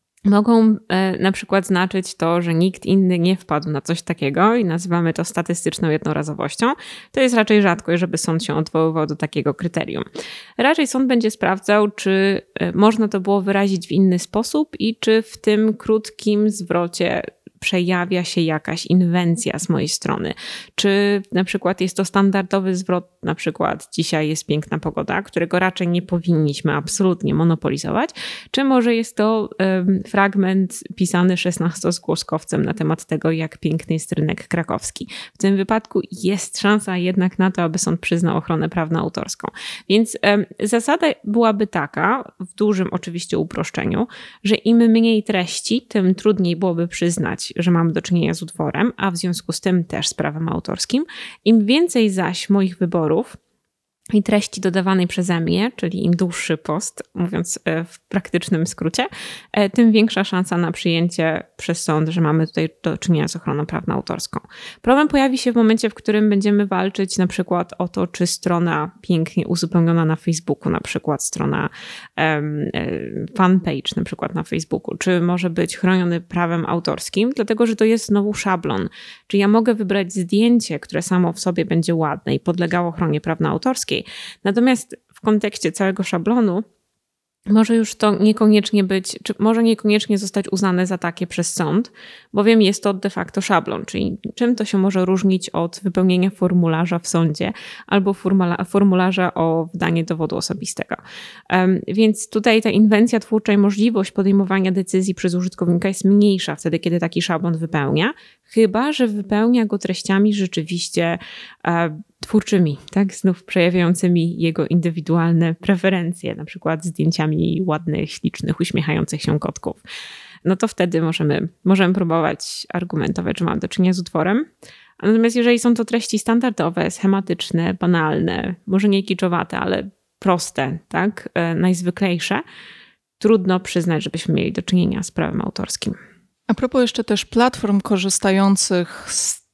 Mogą e, na przykład znaczyć to, że nikt inny nie wpadł na coś takiego i nazywamy to statystyczną jednorazowością. To jest raczej rzadkość, żeby sąd się odwoływał do takiego kryterium. Raczej sąd będzie sprawdzał, czy e, można to było wyrazić w inny sposób i czy w tym krótkim zwrocie przejawia się jakaś inwencja z mojej strony. Czy na przykład jest to standardowy zwrot, na przykład dzisiaj jest piękna pogoda, którego raczej nie powinniśmy absolutnie monopolizować, czy może jest to um, fragment pisany szesnastozgłoskowcem na temat tego, jak piękny jest rynek krakowski. W tym wypadku jest szansa jednak na to, aby sąd przyznał ochronę prawno-autorską. Więc um, zasada byłaby taka, w dużym oczywiście uproszczeniu, że im mniej treści, tym trudniej byłoby przyznać, że mamy do czynienia z utworem, a w związku z tym też z prawem autorskim. Im więcej zaś moich wyborów i treści dodawanej przeze mnie, czyli im dłuższy post, mówiąc w praktycznym skrócie, tym większa szansa na przyjęcie przez sąd, że mamy tutaj do czynienia z ochroną prawno-autorską. Problem pojawi się w momencie, w którym będziemy walczyć na przykład o to, czy strona pięknie uzupełniona na Facebooku, na przykład strona um, fanpage na przykład na Facebooku, czy może być chroniony prawem autorskim, dlatego że to jest znowu szablon. Czy ja mogę wybrać zdjęcie, które samo w sobie będzie ładne i podlegało ochronie prawno-autorskiej. Natomiast w kontekście całego szablonu może już to niekoniecznie być, czy może niekoniecznie zostać uznane za takie przez sąd, bowiem jest to de facto szablon, czyli czym to się może różnić od wypełnienia formularza w sądzie albo formula, formularza o wydanie dowodu osobistego. Um, więc tutaj ta inwencja twórcza i możliwość podejmowania decyzji przez użytkownika jest mniejsza wtedy, kiedy taki szablon wypełnia, chyba że wypełnia go treściami rzeczywiście um, twórczymi, tak? Znów przejawiającymi jego indywidualne preferencje, na przykład zdjęciami ładnych, ślicznych, uśmiechających się kotków. No to wtedy możemy, możemy próbować argumentować, że mamy do czynienia z utworem. Natomiast jeżeli są to treści standardowe, schematyczne, banalne, może nie kiczowate, ale proste, tak? E, najzwyklejsze, trudno przyznać, żebyśmy mieli do czynienia z prawem autorskim. A propos jeszcze też platform korzystających z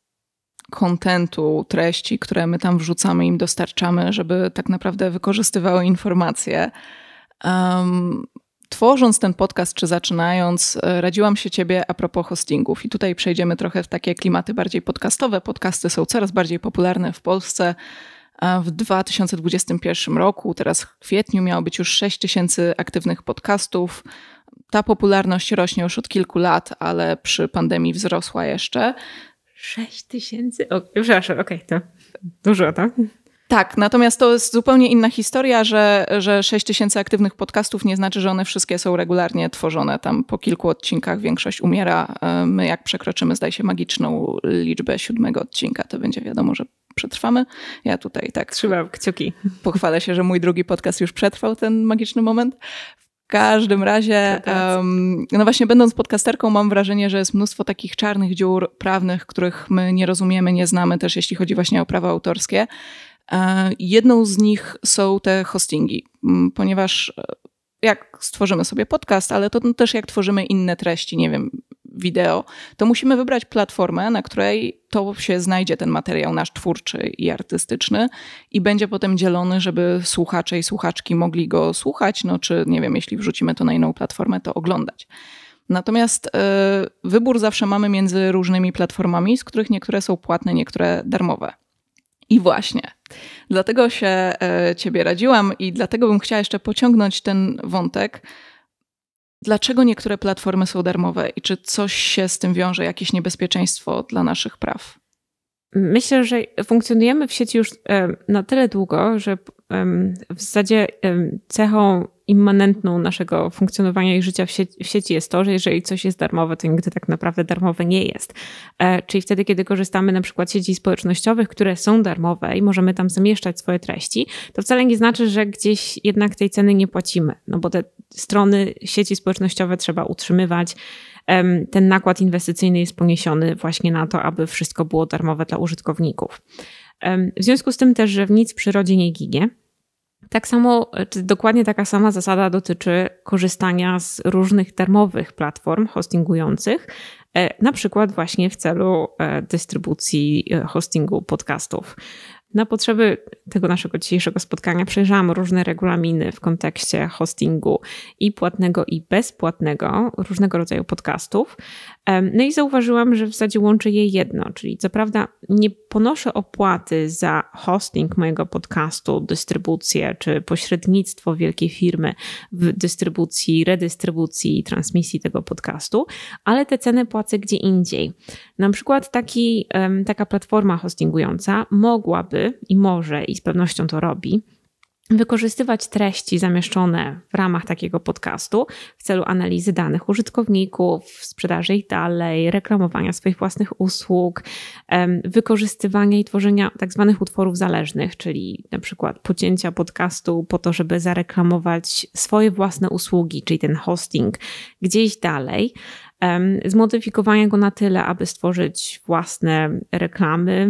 kontentu, treści, które my tam wrzucamy, im dostarczamy, żeby tak naprawdę wykorzystywały informacje. Um, tworząc ten podcast, czy zaczynając, radziłam się ciebie a propos hostingów. I tutaj przejdziemy trochę w takie klimaty bardziej podcastowe. Podcasty są coraz bardziej popularne w Polsce. W dwa tysiące dwudziestym pierwszym roku, teraz w kwietniu, miało być już sześć tysięcy aktywnych podcastów. Ta popularność rośnie już od kilku lat, ale przy pandemii wzrosła jeszcze. sześć tysięcy? O, przepraszam, okej, okay, to dużo, tak? Tak, natomiast to jest zupełnie inna historia, że, że sześć tysięcy aktywnych podcastów nie znaczy, że one wszystkie są regularnie tworzone. Tam po kilku odcinkach większość umiera. My jak przekroczymy, zdaje się, magiczną liczbę siódmego odcinka, to będzie wiadomo, że przetrwamy. Ja tutaj tak trzymam kciuki. Pochwalę się, że mój drugi podcast już przetrwał ten magiczny moment. W każdym razie, um, no właśnie będąc podcasterką, mam wrażenie, że jest mnóstwo takich czarnych dziur prawnych, których my nie rozumiemy, nie znamy też, jeśli chodzi właśnie o prawa autorskie. Jedną z nich są te hostingi, ponieważ jak stworzymy sobie podcast, ale to też jak tworzymy inne treści, nie wiem, wideo, to musimy wybrać platformę, na której to się znajdzie ten materiał nasz twórczy i artystyczny i będzie potem dzielony, żeby słuchacze i słuchaczki mogli go słuchać, no czy nie wiem, jeśli wrzucimy to na inną platformę, to oglądać. Natomiast y, wybór zawsze mamy między różnymi platformami, z których niektóre są płatne, niektóre darmowe. I właśnie, dlatego się y, ciebie radziłam i dlatego bym chciała jeszcze pociągnąć ten wątek. Dlaczego niektóre platformy są darmowe i czy coś się z tym wiąże, jakieś niebezpieczeństwo dla naszych praw? Myślę, że funkcjonujemy w sieci już na tyle długo, że w zasadzie cechą immanentną naszego funkcjonowania i życia w sieci, w sieci jest to, że jeżeli coś jest darmowe, to nigdy tak naprawdę darmowe nie jest. E, czyli wtedy, kiedy korzystamy na przykład z sieci społecznościowych, które są darmowe i możemy tam zamieszczać swoje treści, to wcale nie znaczy, że gdzieś jednak tej ceny nie płacimy, no bo te strony sieci społecznościowe trzeba utrzymywać. E, ten nakład inwestycyjny jest poniesiony właśnie na to, aby wszystko było darmowe dla użytkowników. E, w związku z tym też, że w nic w przyrodzie nie ginie, tak samo, czy dokładnie taka sama zasada dotyczy korzystania z różnych darmowych platform hostingujących, na przykład właśnie w celu dystrybucji hostingu podcastów. Na potrzeby tego naszego dzisiejszego spotkania przejrzałam różne regulaminy w kontekście hostingu i płatnego, i bezpłatnego różnego rodzaju podcastów. No i zauważyłam, że w zasadzie łączy je jedno, czyli co prawda nie ponoszę opłaty za hosting mojego podcastu, dystrybucję czy pośrednictwo wielkiej firmy w dystrybucji, redystrybucji i transmisji tego podcastu, ale te ceny płacę gdzie indziej. Na przykład taki, taka platforma hostingująca mogłaby i może i z pewnością to robi, wykorzystywać treści zamieszczone w ramach takiego podcastu w celu analizy danych użytkowników, sprzedaży ich dalej, reklamowania swoich własnych usług, wykorzystywania i tworzenia tak zwanych utworów zależnych, czyli na przykład pocięcia podcastu po to, żeby zareklamować swoje własne usługi, czyli ten hosting gdzieś dalej, zmodyfikowania go na tyle, aby stworzyć własne reklamy,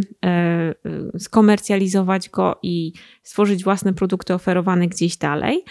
skomercjalizować go i stworzyć własne produkty oferowane gdzieś dalej.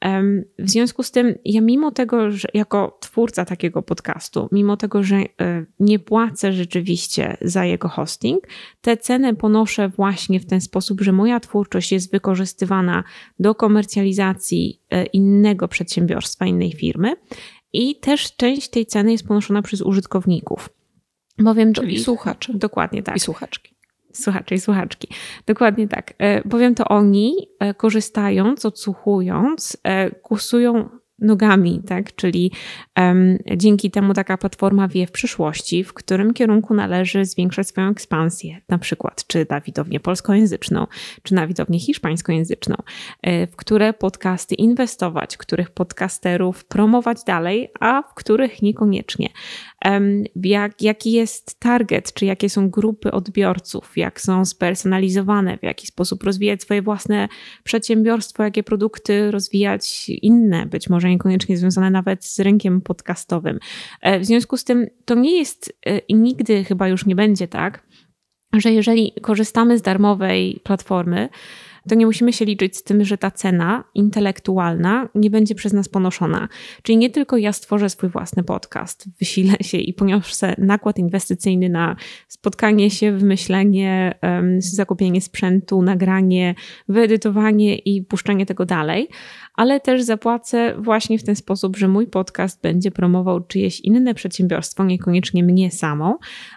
W związku z tym ja mimo tego, że jako twórca takiego podcastu, mimo tego, że nie płacę rzeczywiście za jego hosting, te ceny ponoszę właśnie w ten sposób, że moja twórczość jest wykorzystywana do komercjalizacji innego przedsiębiorstwa, innej firmy. I też część tej ceny jest ponoszona przez użytkowników. Bowiem Czyli ich, słuchaczy. Dokładnie tak. I słuchaczki. Słuchacze i słuchaczki. Dokładnie tak. Bowiem to oni, korzystając, odsłuchując, głosują nogami, tak? Czyli um, dzięki temu taka platforma wie w przyszłości, w którym kierunku należy zwiększać swoją ekspansję, na przykład czy na widownię polskojęzyczną, czy na widownię hiszpańskojęzyczną, w które podcasty inwestować, których podcasterów promować dalej, a w których niekoniecznie. Um, jak, jaki jest target, czy jakie są grupy odbiorców, jak są spersonalizowane, w jaki sposób rozwijać swoje własne przedsiębiorstwo, jakie produkty rozwijać inne, być może niekoniecznie związane nawet z rynkiem podcastowym. W związku z tym to nie jest i nigdy chyba już nie będzie tak, że jeżeli korzystamy z darmowej platformy, to nie musimy się liczyć z tym, że ta cena intelektualna nie będzie przez nas ponoszona. Czyli nie tylko ja stworzę swój własny podcast, wysilę się i poniosę nakład inwestycyjny na spotkanie się, wymyślenie, zakupienie sprzętu, nagranie, wyedytowanie i puszczenie tego dalej, ale też zapłacę właśnie w ten sposób, że mój podcast będzie promował czyjeś inne przedsiębiorstwo, niekoniecznie mnie samą,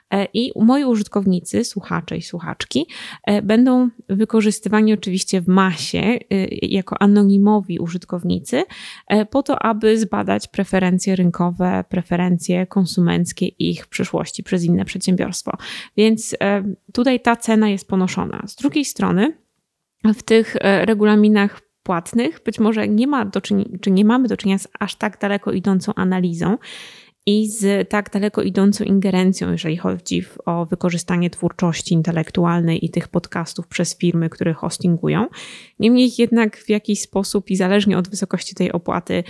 i moi użytkownicy, słuchacze i słuchaczki będą wykorzystywani oczywiście w masie jako anonimowi użytkownicy po to, aby zbadać preferencje rynkowe, preferencje konsumenckie ich w przyszłości przez inne przedsiębiorstwo. Więc tutaj ta cena jest ponoszona. Z drugiej strony w tych regulaminach płatnych być może nie ma do czynienia, czy nie mamy do czynienia z aż tak daleko idącą analizą i z tak daleko idącą ingerencją, jeżeli chodzi o wykorzystanie twórczości intelektualnej i tych podcastów przez firmy, które hostingują. Niemniej jednak w jakiś sposób i zależnie od wysokości tej opłaty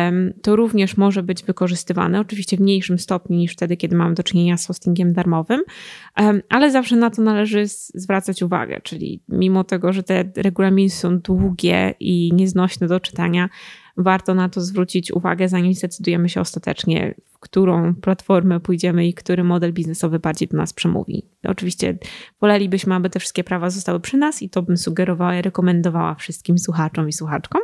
to również może być wykorzystywane, oczywiście w mniejszym stopniu niż wtedy, kiedy mamy do czynienia z hostingiem darmowym, ale zawsze na to należy zwracać uwagę, czyli mimo tego, że te regulaminy są długie i nieznośne do czytania, warto na to zwrócić uwagę, zanim zdecydujemy się ostatecznie, w którą platformę pójdziemy i który model biznesowy bardziej do nas przemówi. Oczywiście wolelibyśmy, aby te wszystkie prawa zostały przy nas i to bym sugerowała i rekomendowała wszystkim słuchaczom i słuchaczkom.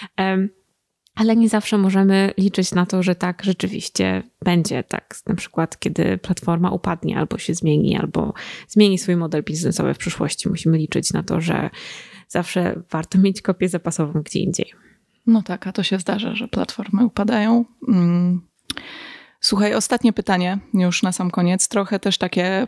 Ale nie zawsze możemy liczyć na to, że tak rzeczywiście będzie. Tak na przykład, kiedy platforma upadnie albo się zmieni, albo zmieni swój model biznesowy w przyszłości. Musimy liczyć na to, że zawsze warto mieć kopię zapasową gdzie indziej. No tak, a to się zdarza, że platformy upadają. Słuchaj, ostatnie pytanie już na sam koniec. Trochę też takie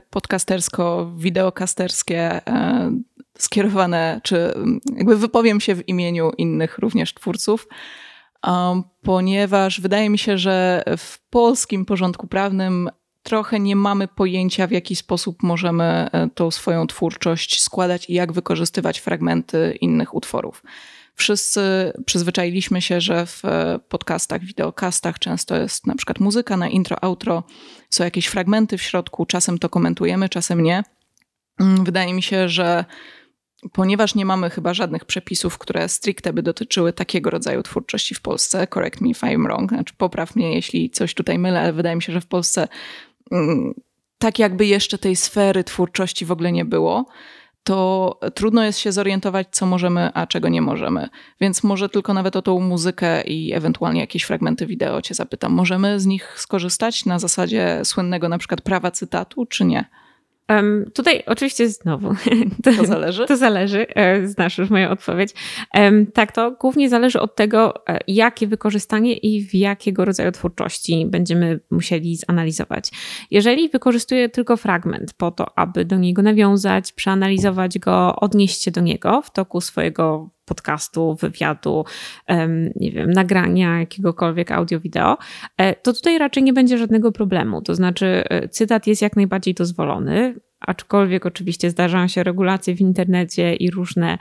podcastersko-wideokasterskie, e, skierowane, czy jakby wypowiem się w imieniu innych również twórców. um, ponieważ wydaje mi się, że w polskim porządku prawnym trochę nie mamy pojęcia, w jaki sposób możemy tą swoją twórczość składać i jak wykorzystywać fragmenty innych utworów. Wszyscy przyzwyczailiśmy się, że w podcastach, wideokastach często jest na przykład muzyka na intro, outro, są jakieś fragmenty w środku, czasem to komentujemy, czasem nie. Wydaje mi się, że ponieważ nie mamy chyba żadnych przepisów, które stricte by dotyczyły takiego rodzaju twórczości w Polsce, correct me if I'm wrong, znaczy popraw mnie, jeśli coś tutaj mylę, ale wydaje mi się, że w Polsce mm, tak jakby jeszcze tej sfery twórczości w ogóle nie było, to trudno jest się zorientować, co możemy, a czego nie możemy. Więc może tylko nawet o tą muzykę i ewentualnie jakieś fragmenty wideo cię zapytam. Możemy z nich skorzystać na zasadzie słynnego na przykład prawa cytatu, czy nie? Um, tutaj oczywiście znowu. To, to zależy? To zależy, znasz już moją odpowiedź. Um, tak, to głównie zależy od tego, jakie wykorzystanie i w jakiego rodzaju twórczości będziemy musieli zanalizować. Jeżeli wykorzystuję tylko fragment po to, aby do niego nawiązać, przeanalizować go, odnieść się do niego w toku swojego podcastu, wywiadu, nie wiem, nagrania jakiegokolwiek audio-wideo, to tutaj raczej nie będzie żadnego problemu. To znaczy cytat jest jak najbardziej dozwolony, aczkolwiek oczywiście zdarzają się regulacje w internecie i różne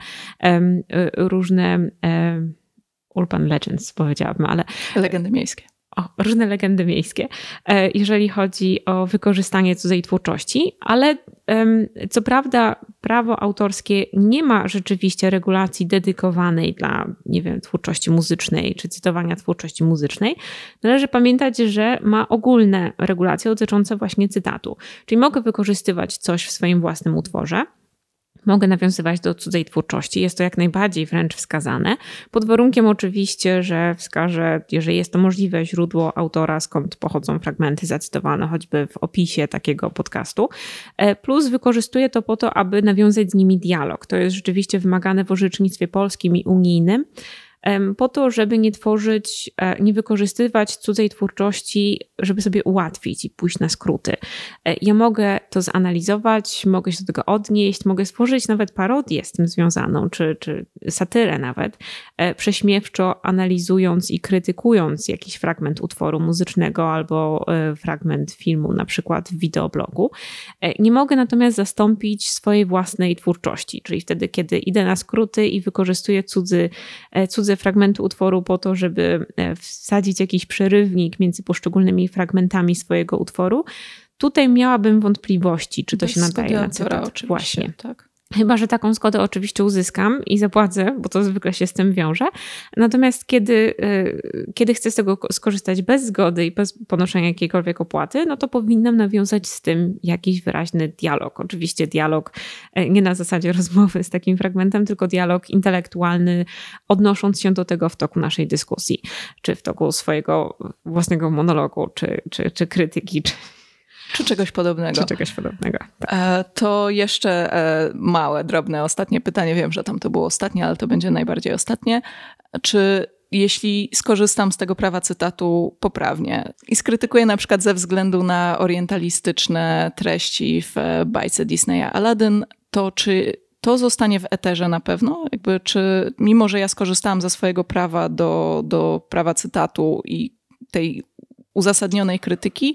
różne urban legends powiedziałabym, ale... Legendy miejskie. O, różne legendy miejskie, jeżeli chodzi o wykorzystanie cudzej twórczości, ale co prawda prawo autorskie nie ma rzeczywiście regulacji dedykowanej dla, nie wiem, twórczości muzycznej czy cytowania twórczości muzycznej. Należy pamiętać, że ma ogólne regulacje dotyczące właśnie cytatu. Czyli mogę wykorzystywać coś w swoim własnym utworze, mogę nawiązywać do cudzej twórczości. Jest to jak najbardziej wręcz wskazane. Pod warunkiem oczywiście, że wskażę, jeżeli jest to możliwe, źródło autora, skąd pochodzą fragmenty zacytowane, choćby w opisie takiego podcastu. Plus wykorzystuję to po to, aby nawiązać z nimi dialog. To jest rzeczywiście wymagane w orzecznictwie polskim i unijnym, po to, żeby nie tworzyć, nie wykorzystywać cudzej twórczości, żeby sobie ułatwić i pójść na skróty. Ja mogę to zanalizować, mogę się do tego odnieść, mogę stworzyć nawet parodię z tym związaną, czy, czy satyrę nawet, prześmiewczo analizując i krytykując jakiś fragment utworu muzycznego albo fragment filmu, na przykład w wideoblogu. Nie mogę natomiast zastąpić swojej własnej twórczości, czyli wtedy, kiedy idę na skróty i wykorzystuję cudzy, cudzy fragmenty utworu po to, żeby wsadzić jakiś przerywnik między poszczególnymi fragmentami swojego utworu. Tutaj miałabym wątpliwości, czy to Bez się nadaje na cytat. oczywiście. Właśnie. Tak. Chyba że taką zgodę oczywiście uzyskam i zapłacę, bo to zwykle się z tym wiąże. Natomiast kiedy, kiedy chcę z tego skorzystać bez zgody i bez ponoszenia jakiejkolwiek opłaty, no to powinnam nawiązać z tym jakiś wyraźny dialog. Oczywiście dialog nie na zasadzie rozmowy z takim fragmentem, tylko dialog intelektualny, odnosząc się do tego w toku naszej dyskusji, czy w toku swojego własnego monologu, czy, czy, czy krytyki, czy Czy czegoś podobnego. Czy czegoś podobnego. Tak. To jeszcze małe, drobne, ostatnie pytanie. Wiem, że tam to było ostatnie, ale to będzie najbardziej ostatnie. Czy jeśli skorzystam z tego prawa cytatu poprawnie i skrytykuję na przykład ze względu na orientalistyczne treści w bajce Disneya Aladdin, to czy to zostanie w eterze na pewno? Jakby czy mimo, że ja skorzystałam ze swojego prawa do, do prawa cytatu i tej uzasadnionej krytyki,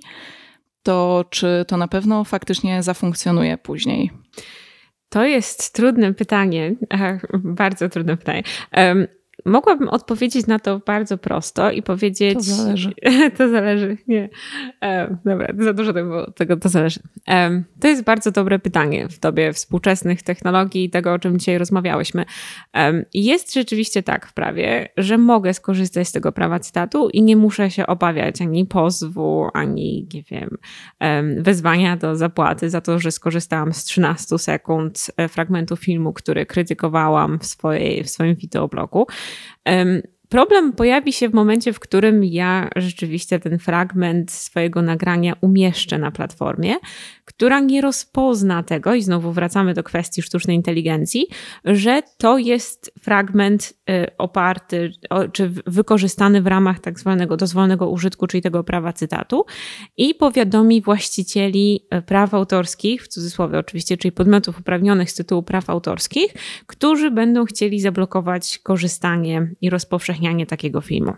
to czy to na pewno faktycznie zafunkcjonuje później? To jest trudne pytanie, bardzo trudne pytanie. Um, mogłabym odpowiedzieć na to bardzo prosto i powiedzieć... To zależy. To zależy, nie. Um, dobra, za dużo tego, tego to zależy. Um, to jest bardzo dobre pytanie w dobie współczesnych technologii i tego, o czym dzisiaj rozmawiałyśmy. Um, jest rzeczywiście tak w prawie, że mogę skorzystać z tego prawa cytatu i nie muszę się obawiać ani pozwu, ani, nie wiem, um, wezwania do zapłaty za to, że skorzystałam z trzynastu sekund fragmentu filmu, który krytykowałam w, swojej, w swoim wideoblogu. Um, Problem pojawi się w momencie, w którym ja rzeczywiście ten fragment swojego nagrania umieszczę na platformie, która nie rozpozna tego, i znowu wracamy do kwestii sztucznej inteligencji, że to jest fragment oparty czy wykorzystany w ramach tak zwanego dozwolonego użytku, czyli tego prawa cytatu, i powiadomi właścicieli praw autorskich, w cudzysłowie oczywiście, czyli podmiotów uprawnionych z tytułu praw autorskich, którzy będą chcieli zablokować korzystanie i rozpowszechnianie rozpowszechnianie takiego filmu.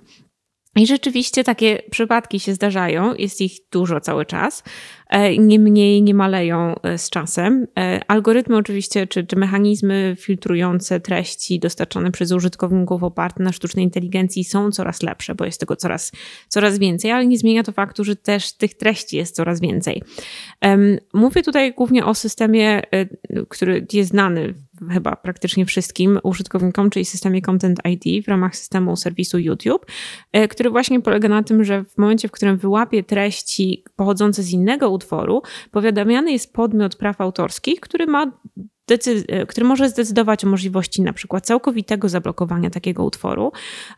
I rzeczywiście takie przypadki się zdarzają, jest ich dużo cały czas, nie mniej, nie maleją z czasem. Algorytmy oczywiście, czy, czy mechanizmy filtrujące treści dostarczane przez użytkowników oparte na sztucznej inteligencji są coraz lepsze, bo jest tego coraz, coraz więcej, ale nie zmienia to faktu, że też tych treści jest coraz więcej. Mówię tutaj głównie o systemie, który jest znany chyba praktycznie wszystkim użytkownikom, czyli systemie Content I D w ramach systemu serwisu YouTube, który właśnie polega na tym, że w momencie, w którym wyłapie treści pochodzące z innego utworu, powiadamiany jest podmiot praw autorskich, który ma decy- który może zdecydować o możliwości na przykład całkowitego zablokowania takiego utworu,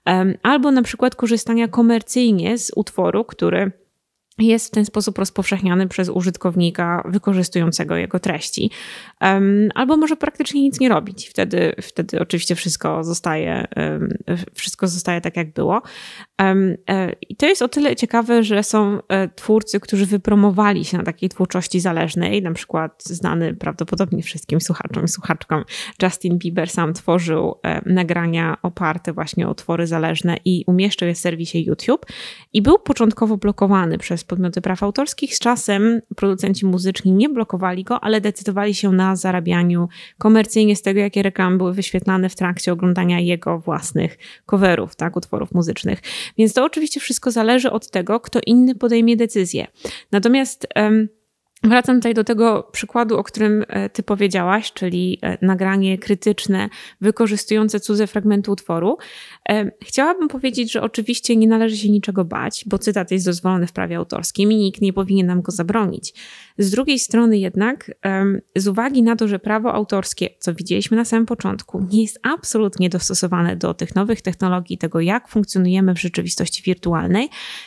albo na przykład korzystania komercyjnie z utworu, który jest w ten sposób rozpowszechniany przez użytkownika wykorzystującego jego treści. Um, albo może praktycznie nic nie robić. Wtedy, wtedy oczywiście wszystko zostaje, um, wszystko zostaje tak, jak było. Um, e, I to jest o tyle ciekawe, że są e, twórcy, którzy wypromowali się na takiej twórczości zależnej. Na przykład znany prawdopodobnie wszystkim słuchaczom i słuchaczkom Justin Bieber sam tworzył e, nagrania oparte właśnie o utwory zależne i umieszczał je w serwisie YouTube. I był początkowo blokowany przez podmioty praw autorskich. Z czasem producenci muzyczni nie blokowali go, ale decydowali się na zarabianiu komercyjnie z tego, jakie reklamy były wyświetlane w trakcie oglądania jego własnych coverów, tak, utworów muzycznych. Więc to oczywiście wszystko zależy od tego, kto inny podejmie decyzję. Natomiast um, wracam tutaj do tego przykładu, o którym ty powiedziałaś, czyli nagranie krytyczne wykorzystujące cudze fragmenty utworu. Chciałabym powiedzieć, że oczywiście nie należy się niczego bać, bo cytat jest dozwolony w prawie autorskim i nikt nie powinien nam go zabronić. Z drugiej strony jednak, z uwagi na to, że prawo autorskie, co widzieliśmy na samym początku, nie jest absolutnie dostosowane do tych nowych technologii, tego jak funkcjonujemy w rzeczywistości wirtualnej,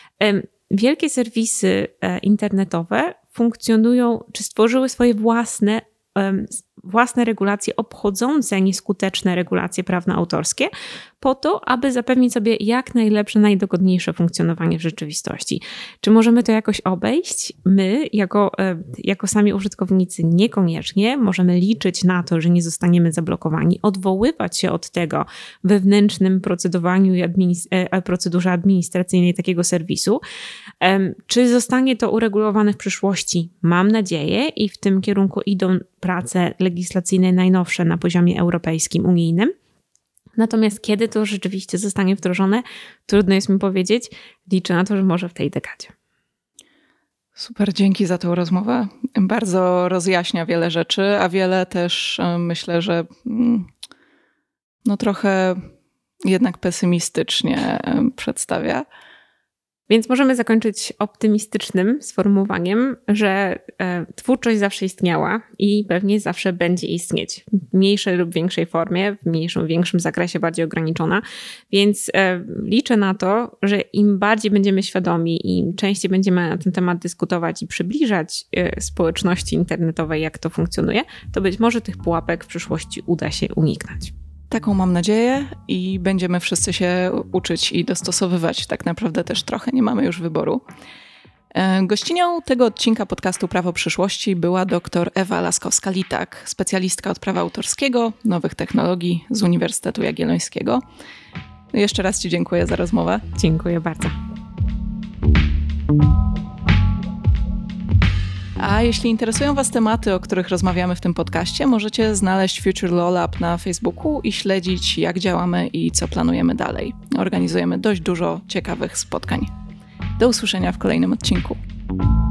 wielkie serwisy internetowe funkcjonują, czy stworzyły swoje własne, um, własne regulacje obchodzące nieskuteczne regulacje prawno-autorskie po to, aby zapewnić sobie jak najlepsze, najdogodniejsze funkcjonowanie w rzeczywistości. Czy możemy to jakoś obejść? My, jako, jako sami użytkownicy, niekoniecznie. Możemy liczyć na to, że nie zostaniemy zablokowani, odwoływać się od tego w wewnętrznym procedowaniu i administ- procedurze administracyjnej takiego serwisu. Czy zostanie to uregulowane w przyszłości? Mam nadzieję i w tym kierunku idą prace legislacyjne najnowsze na poziomie europejskim, unijnym. Natomiast kiedy to rzeczywiście zostanie wdrożone, trudno jest mi powiedzieć. Liczę na to, że może w tej dekadzie. Super, dzięki za tą rozmowę. Bardzo rozjaśnia wiele rzeczy, a wiele też myślę, że no trochę jednak pesymistycznie przedstawia. Więc możemy zakończyć optymistycznym sformułowaniem, że e, twórczość zawsze istniała i pewnie zawsze będzie istnieć. W mniejszej lub większej formie, w mniejszym, większym zakresie, bardziej ograniczona. Więc e, liczę na to, że im bardziej będziemy świadomi i im częściej będziemy na ten temat dyskutować i przybliżać e, społeczności internetowej, jak to funkcjonuje, to być może tych pułapek w przyszłości uda się uniknąć. Taką mam nadzieję i będziemy wszyscy się uczyć i dostosowywać. Tak naprawdę też trochę nie mamy już wyboru. Gościnią tego odcinka podcastu Prawo przyszłości była dr Ewa Laskowska-Litak, specjalistka od prawa autorskiego, nowych technologii z Uniwersytetu Jagiellońskiego. Jeszcze raz ci dziękuję za rozmowę. Dziękuję bardzo. A jeśli interesują Was tematy, o których rozmawiamy w tym podcaście, możecie znaleźć Future Law Lab na Facebooku i śledzić, jak działamy i co planujemy dalej. Organizujemy dość dużo ciekawych spotkań. Do usłyszenia w kolejnym odcinku.